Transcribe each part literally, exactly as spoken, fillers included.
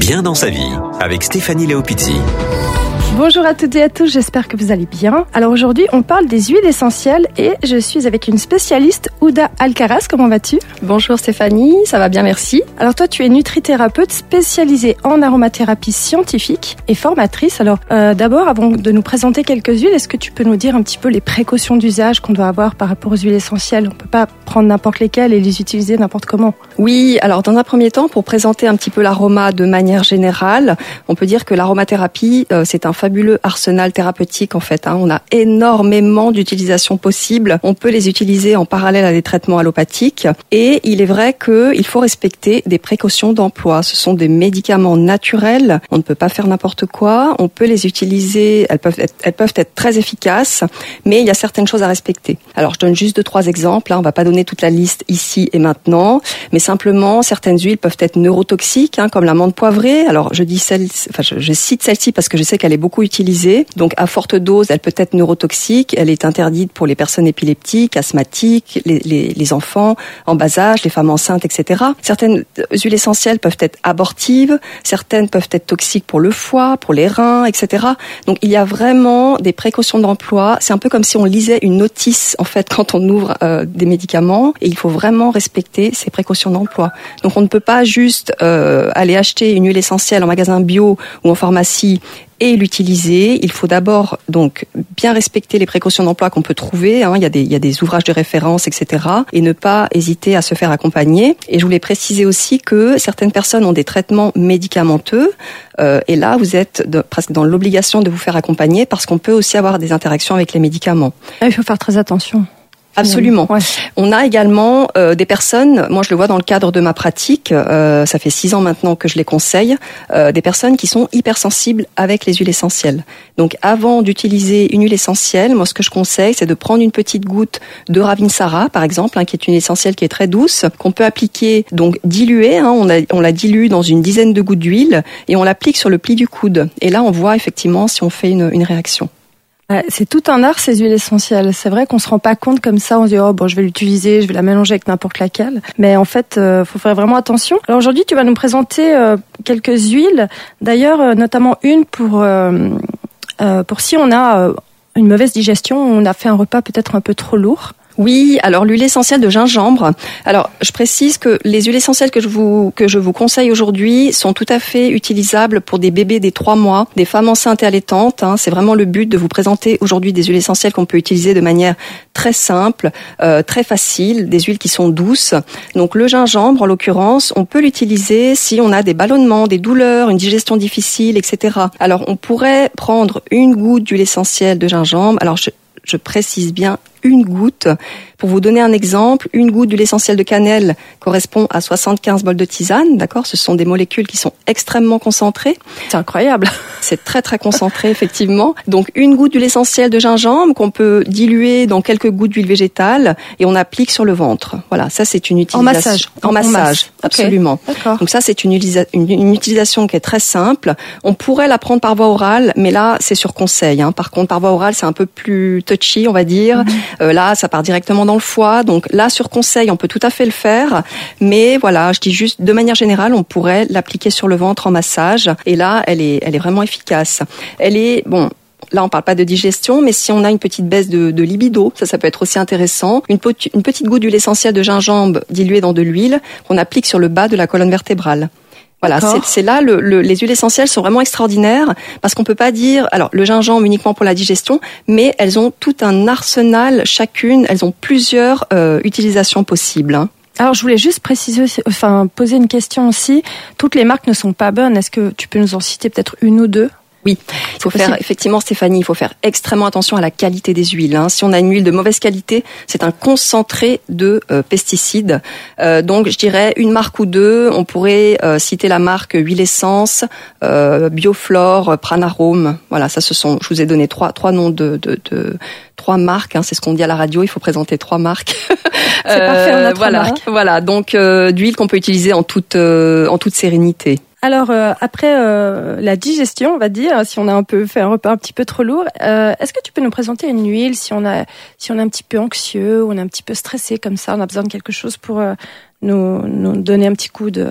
Bien dans sa vie, avec Stéphanie Leopizzi. Bonjour à toutes et à tous, j'espère que vous allez bien. Alors aujourd'hui, on parle des huiles essentielles et je suis avec une spécialiste, Ouda Alcaraz. Comment vas-tu ? Bonjour Stéphanie, ça va bien, merci. Alors toi, tu es nutrithérapeute spécialisée en aromathérapie scientifique et formatrice. Alors euh, d'abord, avant de nous présenter quelques huiles, est-ce que tu peux nous dire un petit peu les précautions d'usage qu'on doit avoir par rapport aux huiles essentielles ? On ne peut pas prendre n'importe lesquelles et les utiliser n'importe comment. Oui, alors dans un premier temps, pour présenter un petit peu l'aroma de manière générale, on peut dire que l'aromathérapie, euh, c'est un fabuleux arsenal thérapeutique en fait. Hein. On a énormément d'utilisations possibles. On peut les utiliser en parallèle à des traitements allopathiques. Et il est vrai qu'il faut respecter des précautions d'emploi. Ce sont des médicaments naturels. On ne peut pas faire n'importe quoi. On peut les utiliser. Elles peuvent être, elles peuvent être très efficaces, mais il y a certaines choses à respecter. Alors je donne juste deux, trois exemples. Hein. On ne va pas donner toute la liste ici et maintenant, mais simplement certaines huiles peuvent être neurotoxiques, hein, comme la menthe poivrée. Alors je dis celle, enfin je, je cite celle-ci parce que je sais qu'elle est beaucoup utilisée. Donc à forte dose, elle peut être neurotoxique. Elle est interdite pour les personnes épileptiques, asthmatiques, les, les, les enfants en bas âge, les femmes enceintes, et cetera. Certaines huiles essentielles peuvent être abortives, certaines peuvent être toxiques pour le foie, pour les reins, et cetera. Donc il y a vraiment des précautions d'emploi. C'est un peu comme si on lisait une notice en fait quand on ouvre euh, des médicaments, et il faut vraiment respecter ces précautions d'emploi. Donc on ne peut pas juste euh, aller acheter une huile essentielle en magasin bio ou en pharmacie et l'utiliser. Il faut d'abord donc bien respecter les précautions d'emploi qu'on peut trouver. Hein. Il y a des, il y a des ouvrages de référence, et cetera. Et ne pas hésiter à se faire accompagner. Et je voulais préciser aussi que certaines personnes ont des traitements médicamenteux. Euh, et là, vous êtes de, presque dans l'obligation de vous faire accompagner parce qu'on peut aussi avoir des interactions avec les médicaments. Ah, il faut faire très attention. Absolument. Ouais. On a également euh, des personnes, moi je le vois dans le cadre de ma pratique, euh, ça fait six ans maintenant que je les conseille, euh, des personnes qui sont hypersensibles avec les huiles essentielles. Donc avant d'utiliser une huile essentielle, moi ce que je conseille c'est de prendre une petite goutte de Ravinsara par exemple, hein, qui est une huile essentielle qui est très douce, qu'on peut appliquer, donc diluer, hein, on, a, on la dilue dans une dizaine de gouttes d'huile et on l'applique sur le pli du coude. Et là on voit effectivement si on fait une, une réaction. C'est tout un art ces huiles essentielles. C'est vrai qu'on se rend pas compte comme ça. On se dit oh bon je vais l'utiliser, je vais la mélanger avec n'importe laquelle. Mais en fait, euh, faut faire vraiment attention. Alors aujourd'hui, tu vas nous présenter euh, quelques huiles. D'ailleurs, euh, notamment une pour euh, euh, pour si on a euh, une mauvaise digestion, on a fait un repas peut-être un peu trop lourd. Oui, alors l'huile essentielle de gingembre. Alors, je précise que les huiles essentielles que je vous que je vous conseille aujourd'hui sont tout à fait utilisables pour des bébés des trois mois, des femmes enceintes et allaitantes. Hein. C'est vraiment le but de vous présenter aujourd'hui des huiles essentielles qu'on peut utiliser de manière très simple, euh, très facile, des huiles qui sont douces. Donc le gingembre, en l'occurrence, on peut l'utiliser si on a des ballonnements, des douleurs, une digestion difficile, et cetera. Alors, on pourrait prendre une goutte d'huile essentielle de gingembre. Alors, je, je précise bien une goutte. Pour vous donner un exemple, une goutte d'huile essentielle de cannelle correspond à soixante-quinze bols de tisane, d'accord ? Ce sont des molécules qui sont extrêmement concentrées. C'est incroyable. C'est très très concentré, effectivement. Donc une goutte d'huile essentielle de gingembre qu'on peut diluer dans quelques gouttes d'huile végétale et on applique sur le ventre. Voilà, ça c'est une utilisation. En massage. En massage, masse. Absolument. Okay. D'accord. Donc ça c'est une, une, une utilisation qui est très simple. On pourrait la prendre par voie orale, mais là c'est sur conseil. Hein. Par contre, par voie orale, c'est un peu plus touchy, on va dire. Mmh. Euh, là, ça part directement dans le foie. Donc là, sur conseil, on peut tout à fait le faire. Mais voilà, je dis juste, de manière générale, on pourrait l'appliquer sur le ventre en massage. Et là, elle est, elle est vraiment efficace. Elle est, bon... Là, on parle pas de digestion, mais si on a une petite baisse de, de libido, ça, ça peut être aussi intéressant. Une, pot- une petite goutte d'huile essentielle de gingembre diluée dans de l'huile qu'on applique sur le bas de la colonne vertébrale. Voilà, c'est, c'est là, le, le, les huiles essentielles sont vraiment extraordinaires parce qu'on peut pas dire, alors le gingembre uniquement pour la digestion, mais elles ont tout un arsenal chacune, elles ont plusieurs euh, utilisations possibles. Hein. Alors je voulais juste préciser, enfin poser une question aussi. Toutes les marques ne sont pas bonnes. Est-ce que tu peux nous en citer peut-être une ou deux ? Oui, il faut faire, effectivement Stéphanie, il faut faire extrêmement attention à la qualité des huiles. Hein. Si on a une huile de mauvaise qualité, c'est un concentré de euh, pesticides. Euh, donc je dirais une marque ou deux, on pourrait euh, citer la marque Huile Essence, euh, Bioflore, Pranarome. Voilà, ça ce sont, je vous ai donné trois trois noms de, de, de trois marques, hein, c'est ce qu'on dit à la radio, il faut présenter trois marques. C'est euh, parfait, on a trois voilà, marques. Voilà, donc euh, d'huile qu'on peut utiliser en toute euh, en toute sérénité. Alors euh, après euh, la digestion, on va dire, si on a un peu fait un repas un petit peu trop lourd, euh, est-ce que tu peux nous présenter une huile si on a si on est un petit peu anxieux ou on est un petit peu stressé comme ça, on a besoin de quelque chose pour euh, nous nous donner un petit coup de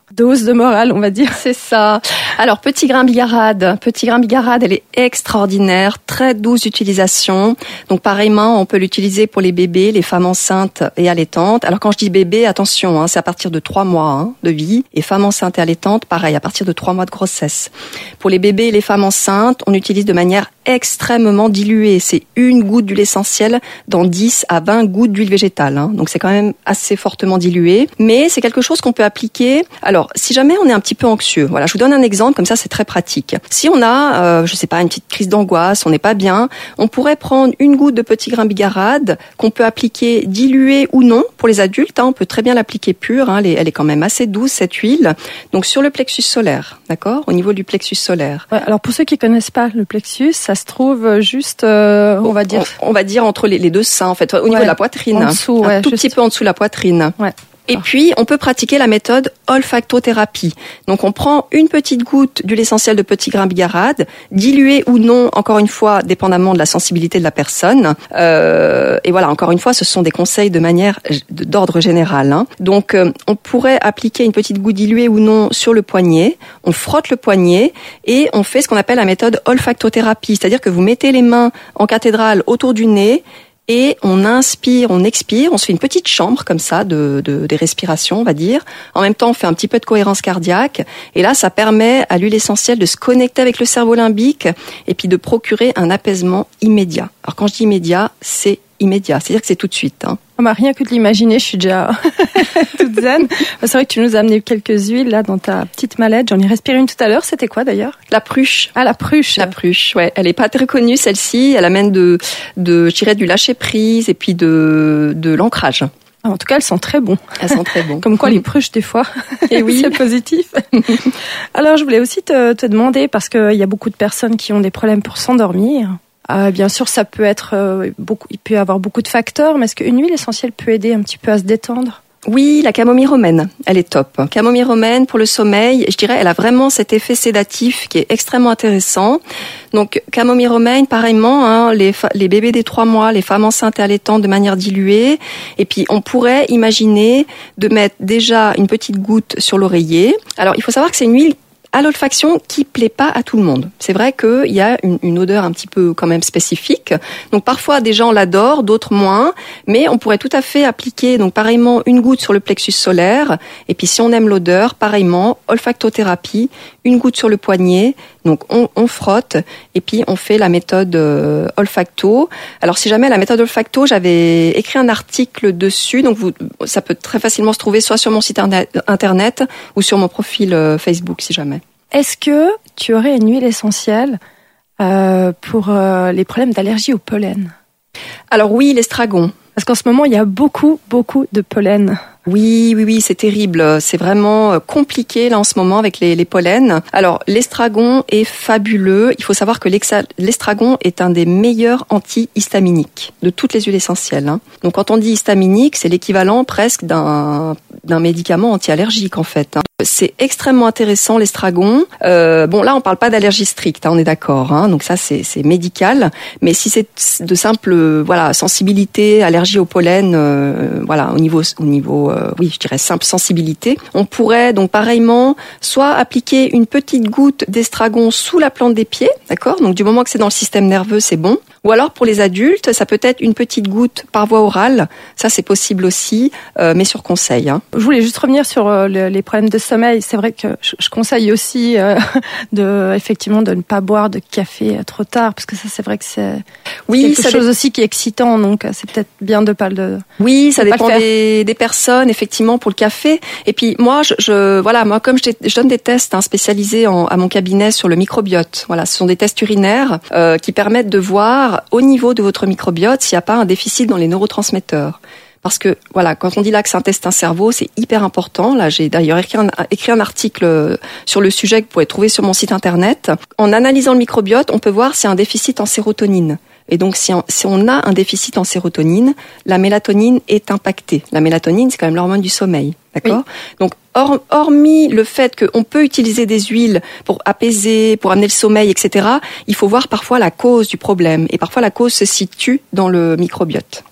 Dose de morale, on va dire. C'est ça. Alors, petit grain bigarade. Petit grain bigarade, elle est extraordinaire, très douce d'utilisation. Donc, pareillement, on peut l'utiliser pour les bébés, les femmes enceintes et allaitantes. Alors, quand je dis bébé, attention, hein, c'est à partir de trois mois hein, de vie. Et femmes enceintes et allaitantes, pareil, à partir de trois mois de grossesse. Pour les bébés et les femmes enceintes, on utilise de manière extrêmement diluée. C'est une goutte d'huile essentielle dans dix à vingt gouttes d'huile végétale. Hein. Donc, c'est quand même assez fortement dilué. Mais c'est quelque chose qu'on peut appliquer. Alors, si jamais on est un petit peu anxieux, voilà, je vous donne un exemple, comme ça c'est très pratique. Si on a, euh, je sais pas, une petite crise d'angoisse, on n'est pas bien, on pourrait prendre une goutte de petit grain bigarade qu'on peut appliquer diluée ou non pour les adultes. Hein, on peut très bien l'appliquer pure, hein, elle, est, elle est quand même assez douce cette huile. Donc sur le plexus solaire, d'accord, au niveau du plexus solaire. Ouais, alors pour ceux qui connaissent pas le plexus, ça se trouve juste, euh, on va dire, on, on va dire entre les, les deux seins en fait, au niveau ouais, de la poitrine, en dessous, un ouais, tout juste... petit peu en dessous de la poitrine. Ouais. Et puis, on peut pratiquer la méthode olfactothérapie. Donc, on prend une petite goutte d'huile essentielle de petit grain bigarade, diluée ou non, encore une fois, dépendamment de la sensibilité de la personne. Euh, et voilà, encore une fois, ce sont des conseils de manière d'ordre général. Hein. Donc, euh, on pourrait appliquer une petite goutte diluée ou non sur le poignet. On frotte le poignet et on fait ce qu'on appelle la méthode olfactothérapie. C'est-à-dire que vous mettez les mains en cathédrale autour du nez, et on inspire, on expire, on se fait une petite chambre comme ça de, de des respirations, on va dire. En même temps, on fait un petit peu de cohérence cardiaque. Et là, ça permet à l'huile essentielle de se connecter avec le cerveau limbique et puis de procurer un apaisement immédiat. Alors quand je dis immédiat, c'est immédiat, c'est-à-dire que c'est tout de suite. Hein. Oh bah, rien que de l'imaginer, je suis déjà toute zen. C'est vrai que tu nous as amené quelques huiles là dans ta petite mallette. J'en ai respiré une tout à l'heure. C'était quoi d'ailleurs ? La pruche. Ah, la pruche. La pruche, ouais. Elle est pas très connue celle-ci. Elle amène de, de, je dirais, du lâcher prise et puis de, de l'ancrage. En tout cas, elles sont très bons. Elles sont très bons. Comme quoi, les pruches, des fois, et oui, c'est positif. Alors, je voulais aussi te, te demander, parce qu'il y a beaucoup de personnes qui ont des problèmes pour s'endormir. Euh, bien sûr, ça peut être euh, beaucoup. Il peut y avoir beaucoup de facteurs, mais est-ce qu'une huile essentielle peut aider un petit peu à se détendre ? Oui, la camomille romaine, elle est top. Camomille romaine pour le sommeil, je dirais, elle a vraiment cet effet sédatif qui est extrêmement intéressant. Donc, camomille romaine, pareillement, hein, les, fa- les bébés des trois mois, les femmes enceintes et allaitantes de manière diluée. Et puis, on pourrait imaginer de mettre déjà une petite goutte sur l'oreiller. Alors, il faut savoir que c'est une huile à l'olfaction qui plaît pas à tout le monde. C'est vrai qu'il y a une, une odeur un petit peu quand même spécifique. Donc parfois des gens l'adorent, d'autres moins. Mais on pourrait tout à fait appliquer donc pareillement une goutte sur le plexus solaire. Et puis si on aime l'odeur, pareillement olfactothérapie, une goutte sur le poignet. Donc on, on frotte et puis on fait la méthode euh, olfacto. Alors si jamais la méthode olfacto, j'avais écrit un article dessus. Donc vous, ça peut très facilement se trouver soit sur mon site internet ou sur mon profil euh, Facebook si jamais. Est-ce que tu aurais une huile essentielle euh, pour euh, les problèmes d'allergie au pollen ? Alors oui, l'estragon. Parce qu'en ce moment, il y a beaucoup, beaucoup de pollen. Oui, oui, oui, c'est terrible. C'est vraiment compliqué là en ce moment avec les, les pollens. Alors, l'estragon est fabuleux. Il faut savoir que l'estragon est un des meilleurs antihistaminiques de toutes les huiles essentielles. Hein. Donc, quand on dit histaminique, c'est l'équivalent presque d'un d'un médicament anti-allergique en fait. Hein. C'est extrêmement intéressant l'estragon. Euh, bon, là, on parle pas d'allergie stricte, hein, on est d'accord. Hein, donc ça, c'est, c'est médical. Mais si c'est de simple, voilà, sensibilité, allergie au pollen, euh, voilà, au niveau, au niveau, euh, oui, je dirais simple sensibilité, on pourrait donc pareillement soit appliquer une petite goutte d'estragon sous la plante des pieds, d'accord. Donc du moment que c'est dans le système nerveux, c'est bon. Ou alors pour les adultes, ça peut être une petite goutte par voie orale. Ça, c'est possible aussi, euh, mais sur conseil. Hein. Je voulais juste revenir sur euh, le, les problèmes de sommeil. C'est vrai que je, je conseille aussi euh, de, effectivement, de ne pas boire de café trop tard, parce que ça, c'est vrai que c'est oui, quelque ça chose dé... aussi qui est excitant. Donc, c'est peut-être bien de pas le. Oui, ça de dépend des, des personnes, effectivement, pour le café. Et puis moi, je, je voilà, moi, comme je, je donne des tests hein, spécialisés en, à mon cabinet sur le microbiote. Voilà, ce sont des tests urinaires euh, qui permettent de voir au niveau de votre microbiote s'il n'y a pas un déficit dans les neurotransmetteurs. Parce que, voilà, quand on dit l'axe intestin-cerveau, c'est hyper important. Là, j'ai d'ailleurs écrit un, écrit un article sur le sujet que vous pouvez trouver sur mon site internet. En analysant le microbiote, on peut voir s'il y a un déficit en sérotonine. Et donc, si on, si on a un déficit en sérotonine, la mélatonine est impactée. La mélatonine, c'est quand même l'hormone du sommeil. D'accord ? Oui. Donc, or, hormis le fait qu'on peut utiliser des huiles pour apaiser, pour amener le sommeil, et cetera, il faut voir parfois la cause du problème. Et parfois, la cause se situe dans le microbiote.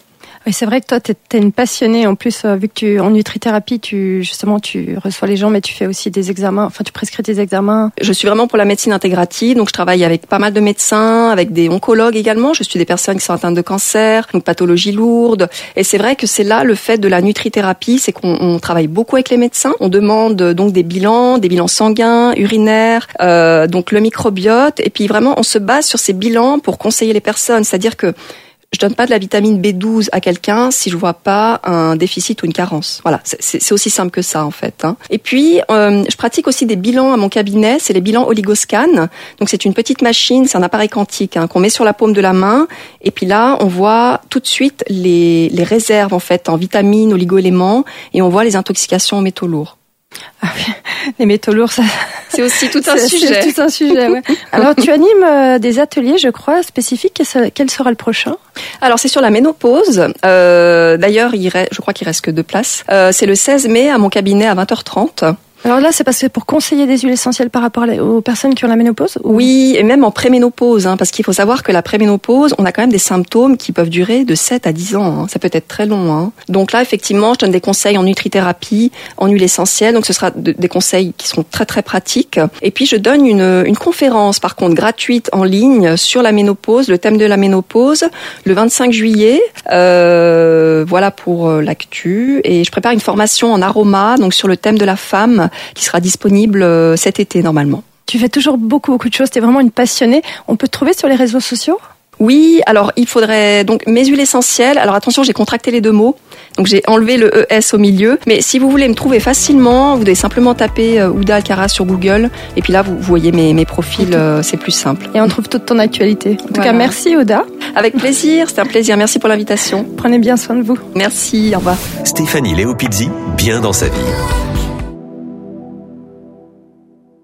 Oui, c'est vrai que toi, tu es une passionnée. En plus, euh, vu que tu en nutrithérapie, tu justement, tu reçois les gens, mais tu fais aussi des examens. Enfin, tu prescris des examens. Je suis vraiment pour la médecine intégrative, donc je travaille avec pas mal de médecins, avec des oncologues également. Je suis des personnes qui sont atteintes de cancer, donc pathologies lourdes. Et c'est vrai que c'est là le fait de la nutrithérapie, c'est qu'on on travaille beaucoup avec les médecins. On demande donc des bilans, des bilans sanguins, urinaires, euh, donc le microbiote. Et puis vraiment, on se base sur ces bilans pour conseiller les personnes. C'est-à-dire que je donne pas de la vitamine B douze à quelqu'un si je vois pas un déficit ou une carence. Voilà, c'est, c'est aussi simple que ça en fait. Hein. Et puis, euh, je pratique aussi des bilans à mon cabinet. C'est les bilans Oligoscan. Donc c'est une petite machine, c'est un appareil quantique hein, qu'on met sur la paume de la main. Et puis là, on voit tout de suite les, les réserves en fait en vitamines, oligoéléments, et on voit les intoxications aux métaux lourds. Ah oui, les métaux lourds, ça... c'est aussi tout un c'est, sujet. C'est tout un sujet, ouais. Alors, tu animes euh, des ateliers, je crois, spécifiques. Quel sera le prochain ? Alors, c'est sur la ménopause. Euh, d'ailleurs, il reste, je crois qu'il reste que deux places. Euh, c'est le seize mai à mon cabinet à vingt heures trente. Alors là, c'est parce que pour conseiller des huiles essentielles par rapport aux personnes qui ont la ménopause ou... Oui, et même en préménopause, hein, parce qu'il faut savoir que la préménopause, on a quand même des symptômes qui peuvent durer de sept à dix ans. Hein. Ça peut être très long. Hein. Donc là, effectivement, je donne des conseils en nutrithérapie, en huile essentielle. Donc ce sera de, des conseils qui seront très très pratiques. Et puis je donne une, une conférence, par contre, gratuite en ligne sur la ménopause, le thème de la ménopause, le vingt-cinq juillet. Euh, voilà pour l'actu. Et je prépare une formation en aroma, donc sur le thème de la femme, qui sera disponible cet été normalement. Tu fais toujours beaucoup, beaucoup de choses. Tu es vraiment une passionnée. On peut te trouver sur les réseaux sociaux ? Oui, alors il faudrait donc mes huiles essentielles. Alors attention, j'ai contracté les deux mots, donc j'ai enlevé le E S au milieu. Mais si vous voulez me trouver facilement, vous devez simplement taper euh, Ouda Alcaraz sur Google, et puis là vous voyez mes, mes profils, euh, c'est plus simple. Et on trouve toute ton actualité. En tout voilà. cas, merci Ouda. Avec plaisir, c'était un plaisir. Merci pour l'invitation. Prenez bien soin de vous. Merci, au revoir. Stéphanie Léopizzi, bien dans sa vie.